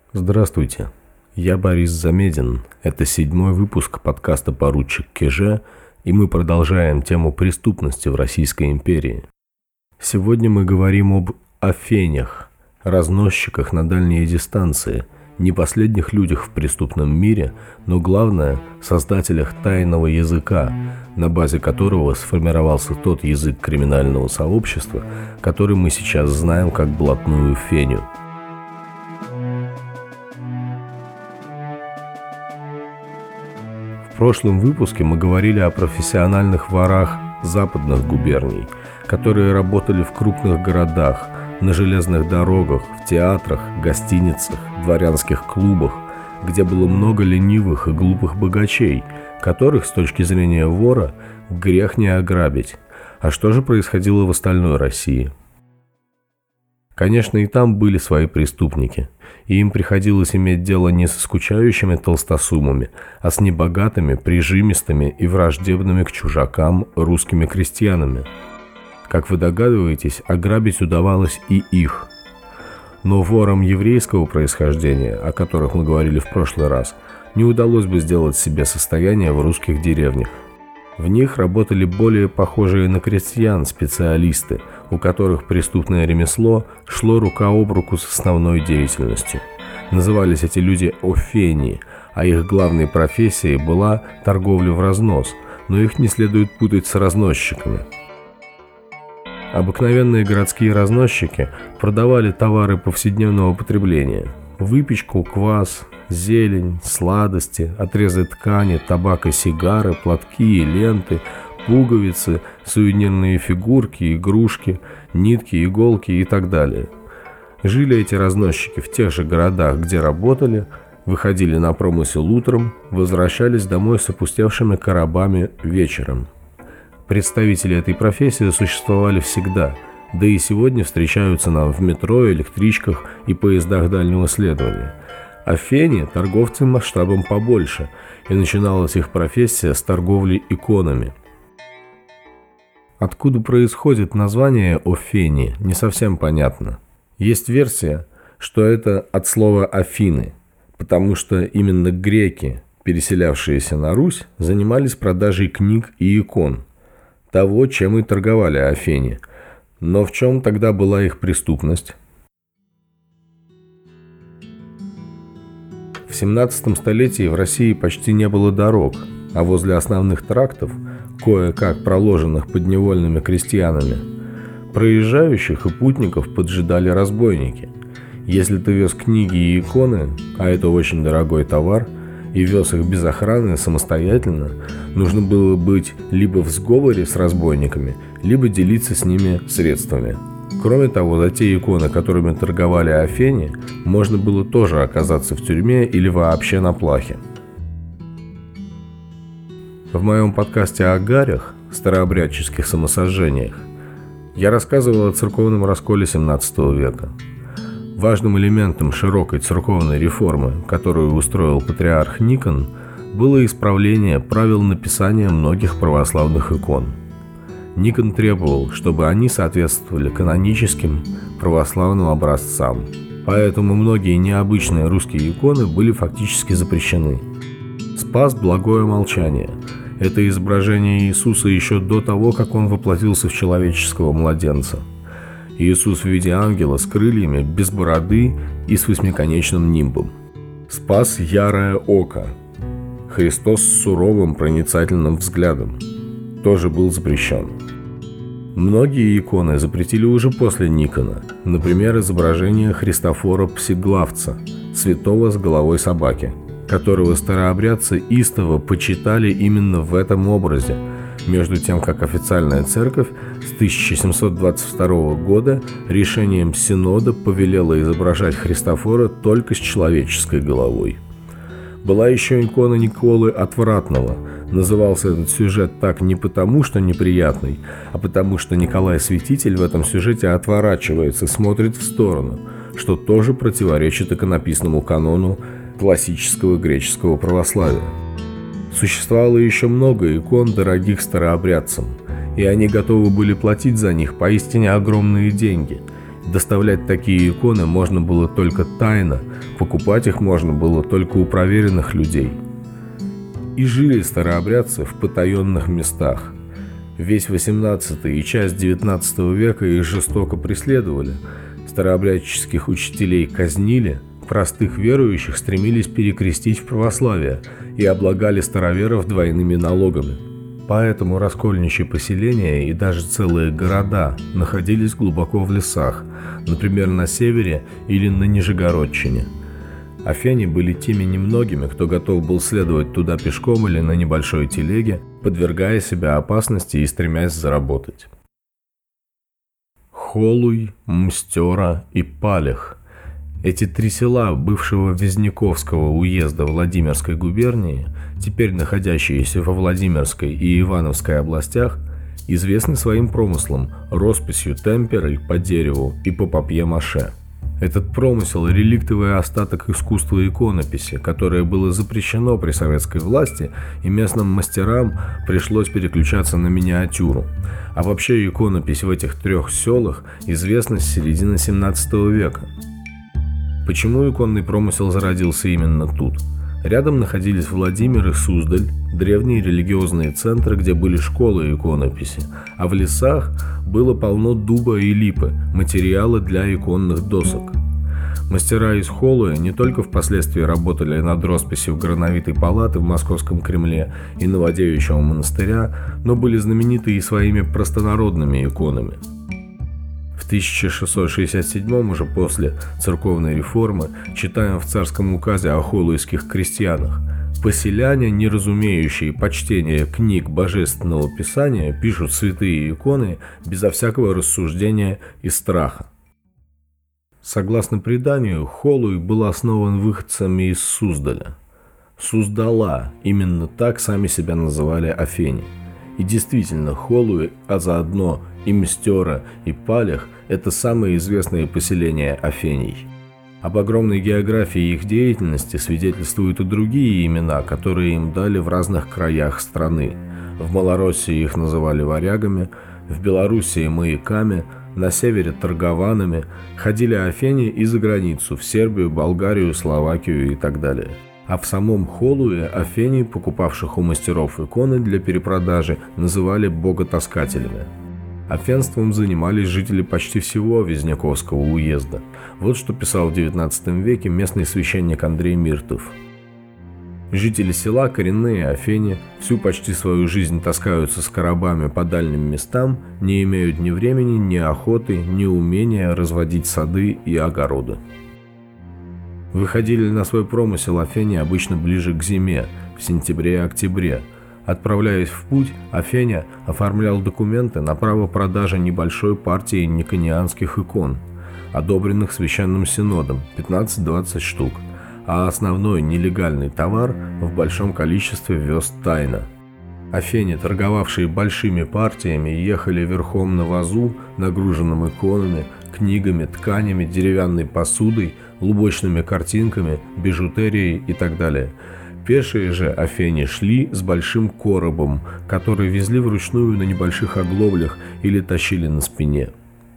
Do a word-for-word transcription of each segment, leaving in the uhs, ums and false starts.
Здравствуйте, я Борис Замедин. Это седьмой выпуск подкаста «Поручик Кеже», и мы продолжаем тему преступности в Российской империи. Сегодня мы говорим об афенях, разносчиках на дальние дистанции, не последних людях в преступном мире, но главное – создателях тайного языка, на базе которого сформировался тот язык криминального сообщества, который мы сейчас знаем как блатную феню. В прошлом выпуске мы говорили о профессиональных ворах западных губерний, которые работали в крупных городах, на железных дорогах, в театрах, гостиницах, дворянских клубах, где было много ленивых и глупых богачей, которых, с точки зрения вора, грех не ограбить. А что же происходило в остальной России? Конечно, и там были свои преступники, и им приходилось иметь дело не со скучающими толстосумами, а с небогатыми, прижимистыми и враждебными к чужакам русскими крестьянами. Как вы догадываетесь, ограбить удавалось и их. Но ворам еврейского происхождения, о которых мы говорили в прошлый раз, не удалось бы сделать себе состояние в русских деревнях. В них работали более похожие на крестьян специалисты, у которых преступное ремесло шло рука об руку с основной деятельностью. Назывались эти люди офении, а их главной профессией была торговля в разнос, но их не следует путать с разносчиками. Обыкновенные городские разносчики продавали товары повседневного потребления – выпечку, квас, зелень, сладости, отрезы ткани, табак и сигары, платки и ленты, пуговицы, сувенирные фигурки, игрушки, нитки, иголки и так далее. Жили эти разносчики в тех же городах, где работали, выходили на промысел утром, возвращались домой с опустевшими коробами вечером. Представители этой профессии существовали всегда, да и сегодня встречаются нам в метро, электричках и поездах дальнего следования. А фени – торговцы масштабом побольше, и начиналась их профессия с торговли иконами. Откуда происходит название «офени», не совсем понятно. Есть версия, что это от слова «Афины», потому что именно греки, переселявшиеся на Русь, занимались продажей книг и икон, того, чем и торговали афени. Но в чем тогда была их преступность? В семнадцатом столетии в России почти не было дорог, а возле основных трактов, кое-как проложенных подневольными крестьянами, проезжающих и путников поджидали разбойники. Если ты вез книги и иконы, а это очень дорогой товар, и вез их без охраны самостоятельно, нужно было быть либо в сговоре с разбойниками, либо делиться с ними средствами. Кроме того, за те иконы, которыми торговали афени, можно было тоже оказаться в тюрьме или вообще на плахе. В моем подкасте о гарях, старообрядческих самосожжениях, я рассказывал о церковном расколе семнадцатого века. Важным элементом широкой церковной реформы, которую устроил патриарх Никон, было исправление правил написания многих православных икон. Никон требовал, чтобы они соответствовали каноническим православным образцам, поэтому многие необычные русские иконы были фактически запрещены. Спас благое молчание. Это изображение Иисуса еще до того, как он воплотился в человеческого младенца. Иисус в виде ангела с крыльями, без бороды и с восьмиконечным нимбом. Спас ярое око. Христос с суровым проницательным взглядом. Тоже был запрещен. Многие иконы запретили уже после Никона. Например, изображение Христофора Псиглавца, святого с головой собаки, которого старообрядцы истово почитали именно в этом образе, между тем как официальная церковь с тысяча семьсот двадцать второго года решением Синода повелела изображать Христофора только с человеческой головой. Была еще икона Николы Отвратного. Назывался этот сюжет так не потому, что неприятный, а потому, что Николай Святитель в этом сюжете отворачивается, смотрит в сторону, что тоже противоречит иконописному канону классического греческого православия. Существовало еще много икон, дорогих старообрядцам, и они готовы были платить за них поистине огромные деньги. Доставлять такие иконы можно было только тайно, покупать их можно было только у проверенных людей. И жили старообрядцы в потаенных местах. Весь восемнадцатый и часть девятнадцатого века их жестоко преследовали, старообрядческих учителей казнили, простых верующих стремились перекрестить в православие и облагали староверов двойными налогами. Поэтому раскольничьи поселения и даже целые города находились глубоко в лесах, например, на севере или на Нижегородчине. Афени были теми немногими, кто готов был следовать туда пешком или на небольшой телеге, подвергая себя опасности и стремясь заработать. Холуй, Мстера и Палех. Эти три села бывшего Вязниковского уезда Владимирской губернии, теперь находящиеся во Владимирской и Ивановской областях, известны своим промыслом, росписью темперой по дереву и по папье-маше. Этот промысел – реликтовый остаток искусства иконописи, которое было запрещено при советской власти, и местным мастерам пришлось переключаться на миниатюру. А вообще иконопись в этих трех селах известна с середины семнадцатого века. Почему иконный промысел зародился именно тут? Рядом находились Владимир и Суздаль, древние религиозные центры, где были школы иконописи, а в лесах было полно дуба и липы, материала для иконных досок. Мастера из Холуя не только впоследствии работали над росписью Грановитой палаты в Московском Кремле и Новодевичьего монастыря, но были знамениты и своими простонародными иконами. В тысяча шестьсот шестьдесят седьмом, уже после церковной реформы, читаем в царском указе о холуйских крестьянах: «Поселяне, не разумеющие почтения книг Божественного Писания, пишут святые иконы безо всякого рассуждения и страха». Согласно преданию, Холуй был основан выходцами из Суздаля. Суздала, именно так сами себя называли Афени. И действительно, Холуй, а заодно и Мстера, и Палех – это самые известные поселения Афений. Об огромной географии их деятельности свидетельствуют и другие имена, которые им дали в разных краях страны. В Малороссии их называли варягами, в Белоруссии – маяками, на севере – торгованами, ходили Афени и за границу – в Сербию, Болгарию, Словакию и так далее. А в самом Холуе Афений, покупавших у мастеров иконы для перепродажи, называли боготаскателями. Афенством занимались жители почти всего Вязниковского уезда. Вот что писал в девятнадцатом веке местный священник Андрей Миртов. Жители села, коренные афени, всю почти свою жизнь таскаются с коробами по дальним местам, не имеют ни времени, ни охоты, ни умения разводить сады и огороды. Выходили на свой промысел афени обычно ближе к зиме, в сентябре-октябре. Отправляясь в путь, Афеня оформлял документы на право продажи небольшой партии никонианских икон, одобренных Священным Синодом, пятнадцать-двадцать штук, а основной нелегальный товар в большом количестве вез тайно. Афени, торговавшие большими партиями, ехали верхом на вазу, нагруженном иконами, книгами, тканями, деревянной посудой, лубочными картинками, бижутерией и так далее. Пешие же афени шли с большим коробом, который везли вручную на небольших оглоблях или тащили на спине.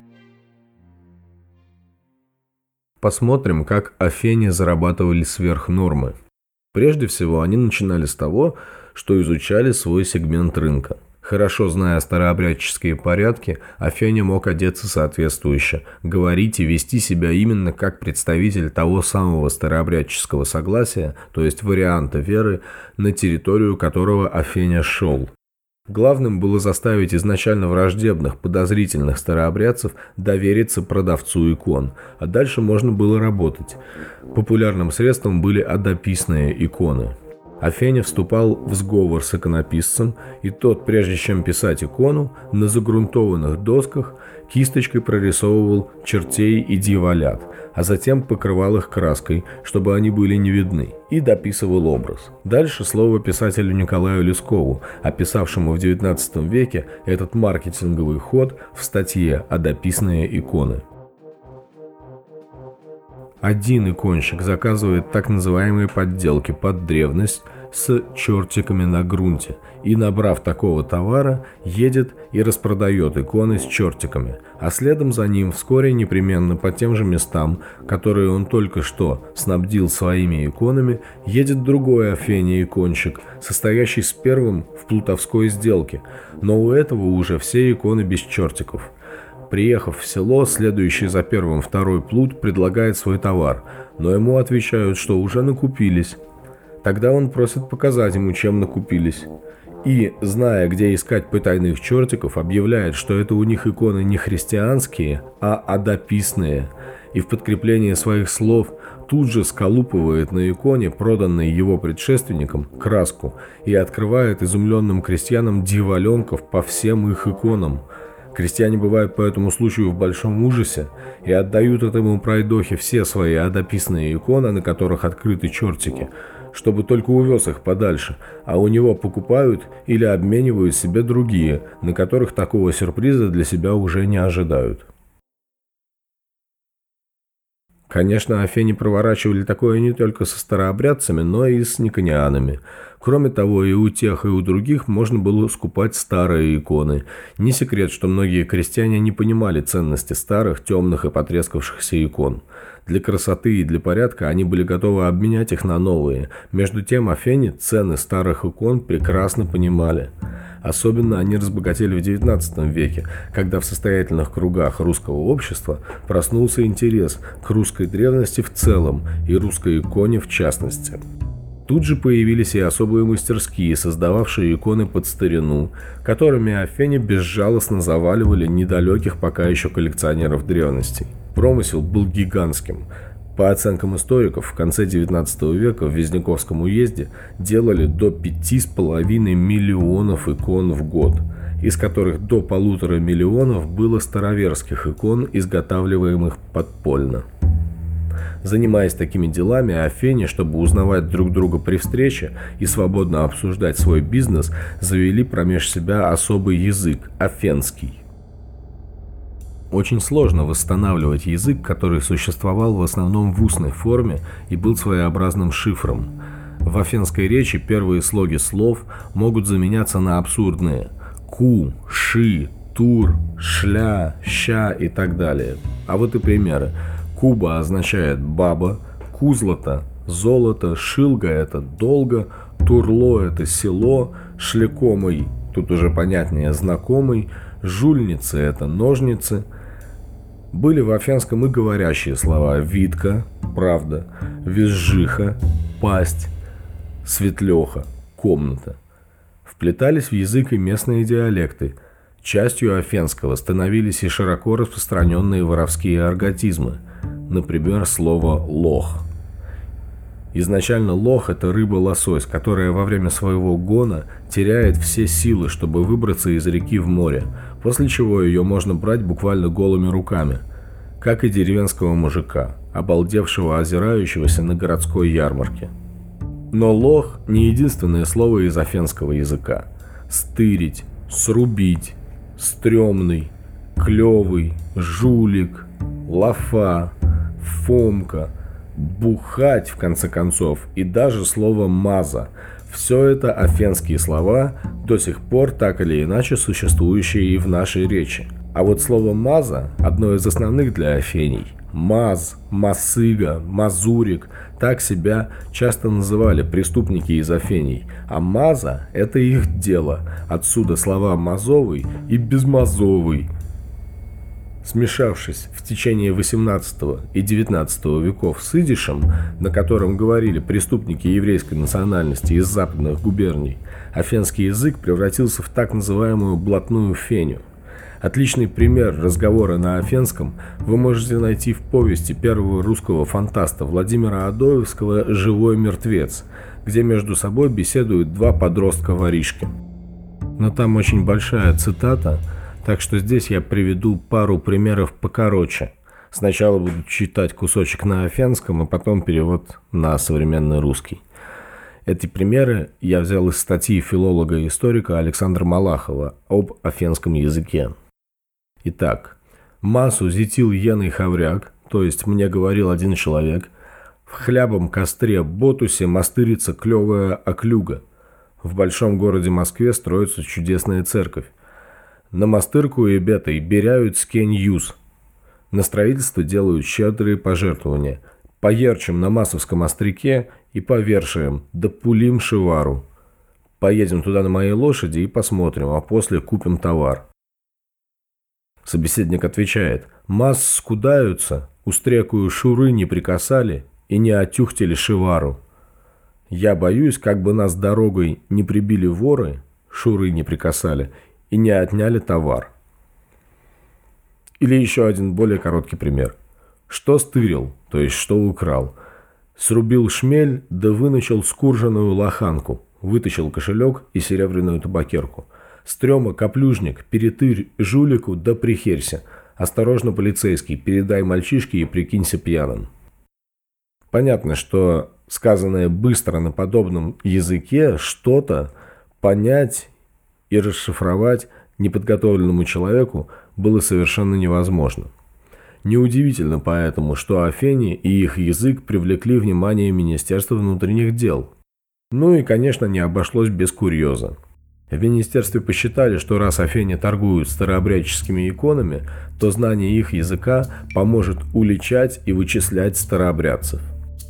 Посмотрим, как афени зарабатывали сверх нормы. Прежде всего, они начинали с того, что изучали свой сегмент рынка. Хорошо зная старообрядческие порядки, Афеня мог одеться соответствующе, говорить и вести себя именно как представитель того самого старообрядческого согласия, то есть варианта веры, на территорию которого Афеня шел. Главным было заставить изначально враждебных, подозрительных старообрядцев довериться продавцу икон, а дальше можно было работать. Популярным средством были одописные иконы. Афеня вступал в сговор с иконописцем, и тот, прежде чем писать икону, на загрунтованных досках кисточкой прорисовывал чертей и дьяволят, а затем покрывал их краской, чтобы они были не видны, и дописывал образ. Дальше слово писателю Николаю Лескову, описавшему в девятнадцатом веке этот маркетинговый ход в статье «Одописные иконы». Один иконщик заказывает так называемые подделки под древность, с чертиками на грунте и, набрав такого товара, едет и распродает иконы с чертиками, а следом за ним вскоре непременно по тем же местам, которые он только что снабдил своими иконами, едет другой Афений-иконщик, состоящий с первым в плутовской сделке, но у этого уже все иконы без чертиков. Приехав в село, следующий за первым второй плут предлагает свой товар, но ему отвечают, что уже накупились. Тогда он просит показать ему, чем накупились. И, зная, где искать потайных чертиков, объявляет, что это у них иконы не христианские, а адописные. И в подкрепление своих слов тут же сколупывает на иконе, проданной его предшественникам, краску и открывает изумленным крестьянам дьяволенков по всем их иконам. Крестьяне бывают по этому случаю в большом ужасе и отдают этому пройдохе все свои адописные иконы, на которых открыты чертики, чтобы только увез их подальше, а у него покупают или обменивают себе другие, на которых такого сюрприза для себя уже не ожидают. Конечно, афени проворачивали такое не только со старообрядцами, но и с никонианами. Кроме того, и у тех, и у других можно было скупать старые иконы. Не секрет, что многие крестьяне не понимали ценности старых, темных и потрескавшихся икон. Для красоты и для порядка они были готовы обменять их на новые. Между тем, афени цены старых икон прекрасно понимали. Особенно они разбогатели в девятнадцатом веке, когда в состоятельных кругах русского общества проснулся интерес к русской древности в целом и русской иконе в частности. Тут же появились и особые мастерские, создававшие иконы под старину, которыми афени безжалостно заваливали недалеких пока еще коллекционеров древностей. Промысел был гигантским. По оценкам историков, в конце девятнадцатого века в Вязниковском уезде делали до пяти с половиной миллионов икон в год, из которых до полутора миллионов было староверских икон, изготавливаемых подпольно. Занимаясь такими делами, афени, чтобы узнавать друг друга при встрече и свободно обсуждать свой бизнес, завели промеж себя особый язык – афенский. Очень сложно восстанавливать язык, который существовал в основном в устной форме и был своеобразным шифром. В афенской речи первые слоги слов могут заменяться на абсурдные «ку», «ши», «тур», «шля», «ща» и так далее. А вот и примеры. Куба означает «баба», кузлота – «золото», шилга – это «долго», турло – это «село», шлякомый – тут уже понятнее «знакомый», жульницы – это «ножницы». Были в афенском и говорящие слова «витка» – «правда», «визжиха» – «пасть», «светлеха» – «комната». Вплетались в язык и местные диалекты. Частью афенского становились и широко распространенные воровские арготизмы, например, слово «лох». Изначально лох – это рыба-лосось, которая во время своего гона теряет все силы, чтобы выбраться из реки в море, после чего ее можно брать буквально голыми руками, как и деревенского мужика, обалдевшего, озирающегося на городской ярмарке. Но лох – не единственное слово из афенского языка. Стырить, срубить, стрёмный, клёвый, жулик, лафа, фомка, бухать, в конце концов, и даже слово «маза». Все это афенские слова, до сих пор так или иначе существующие и в нашей речи. А вот слово «маза» – одно из основных для афений. Маз, масыга, мазурик – так себя часто называли преступники из афений. А маза – это их дело. Отсюда слова «мазовый» и «безмазовый». Смешавшись в течение восемнадцатого и девятнадцатого веков с идишем, на котором говорили преступники еврейской национальности из западных губерний, афенский язык превратился в так называемую блатную феню. Отличный пример разговора на афенском вы можете найти в повести первого русского фантаста Владимира Адоевского «Живой мертвец», где между собой беседуют два подростка-воришки. Но там очень большая цитата, так что здесь я приведу пару примеров покороче. Сначала буду читать кусочек на афенском, а потом перевод на современный русский. Эти примеры я взял из статьи филолога и историка Александра Малахова об афенском языке. Итак, массу зетил еный хавряк, то есть мне говорил один человек, В хлябом костре Ботусе мастырится клевая оклюга. В большом городе Москве строится чудесная церковь. На мастырку и бетой беряют скень юз. На строительство делают щедрые пожертвования. Поерчим на Масовском остряке и по вершиям, да пулим шивару. Поедем туда на моей лошади и посмотрим, а после купим товар. Собеседник отвечает: «Мас скудаются, устрекую шуры не прикасали и не отюхтели шивару. Я боюсь, как бы нас дорогой не прибили воры, шуры не прикасали, и не отняли товар». Или еще один более короткий пример. Что стырил, то есть что украл? Срубил шмель, да вынучил скурженную лоханку, вытащил кошелек и серебряную табакерку. Стрёма, каплюжник, перетырь жулику, да прихерься. Осторожно, полицейский, передай мальчишке и прикинься пьяным. Понятно, что сказанное быстро на подобном языке что-то понять и расшифровать неподготовленному человеку было совершенно невозможно. Неудивительно поэтому, что афени и их язык привлекли внимание Министерства внутренних дел. Ну и, конечно, не обошлось без курьеза. В министерстве посчитали, что раз афени торгуют старообрядческими иконами, то знание их языка поможет уличать и вычислять старообрядцев.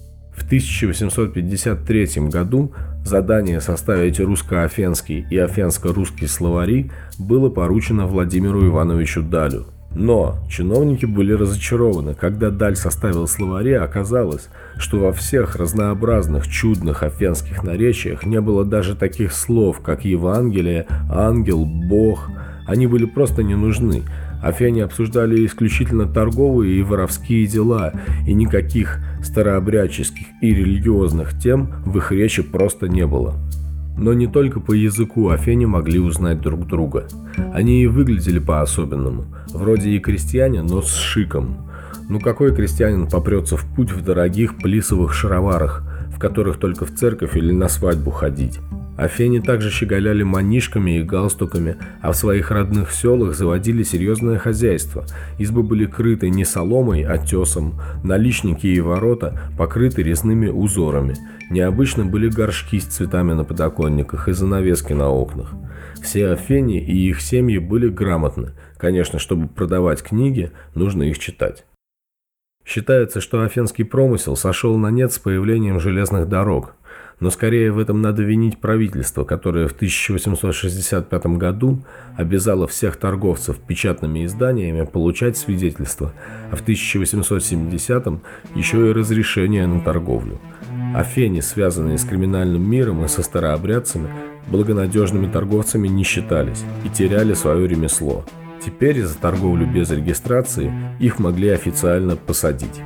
В тысяча восемьсот пятьдесят третьем году задание составить русско-афенский и афенско-русский словари было поручено Владимиру Ивановичу Далю. Но чиновники были разочарованы, когда Даль составил словари, оказалось, что во всех разнообразных чудных афенских наречиях не было даже таких слов, как Евангелие, ангел, Бог. Они были просто не нужны. Афени обсуждали исключительно торговые и воровские дела, и никаких старообрядческих и религиозных тем в их речи просто не было. Но не только по языку афени могли узнать друг друга. Они и выглядели по-особенному. Вроде и крестьяне, но с шиком. Ну какой крестьянин попрется в путь в дорогих плисовых шароварах, в которых только в церковь или на свадьбу ходить? Афени также щеголяли манишками и галстуками, а в своих родных селах заводили серьезное хозяйство. Избы были крыты не соломой, а тесом, наличники и ворота покрыты резными узорами. Необычно были горшки с цветами на подоконниках и занавески на окнах. Все афени и их семьи были грамотны. Конечно, чтобы продавать книги, нужно их читать. Считается, что афенский промысел сошел на нет с появлением железных дорог. Но скорее в этом надо винить правительство, которое в тысяча восемьсот шестьдесят пятом году обязало всех торговцев печатными изданиями получать свидетельство, а в тысяча восемьсот семидесятом еще и разрешение на торговлю. Афени, связанные с криминальным миром и со старообрядцами, благонадежными торговцами не считались и теряли свое ремесло. Теперь за торговлю без регистрации их могли официально посадить.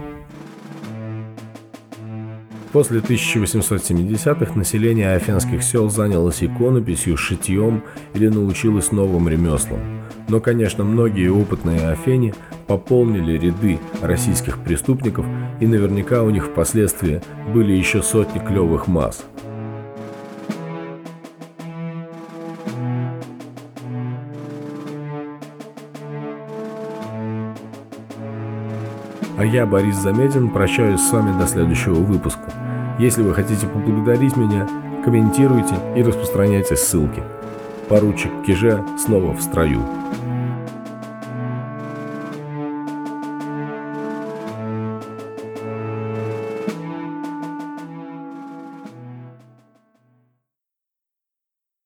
После тысяча восемьсот семидесятых население афенских сел занялось иконописью, шитьем или научилось новым ремеслам. Но, конечно, многие опытные афени пополнили ряды российских преступников, и наверняка у них впоследствии были еще сотни клевых масс. А я, Борис Замедин, прощаюсь с вами до следующего выпуска. Если вы хотите поблагодарить меня, комментируйте и распространяйте ссылки. Поручик Киже снова в строю.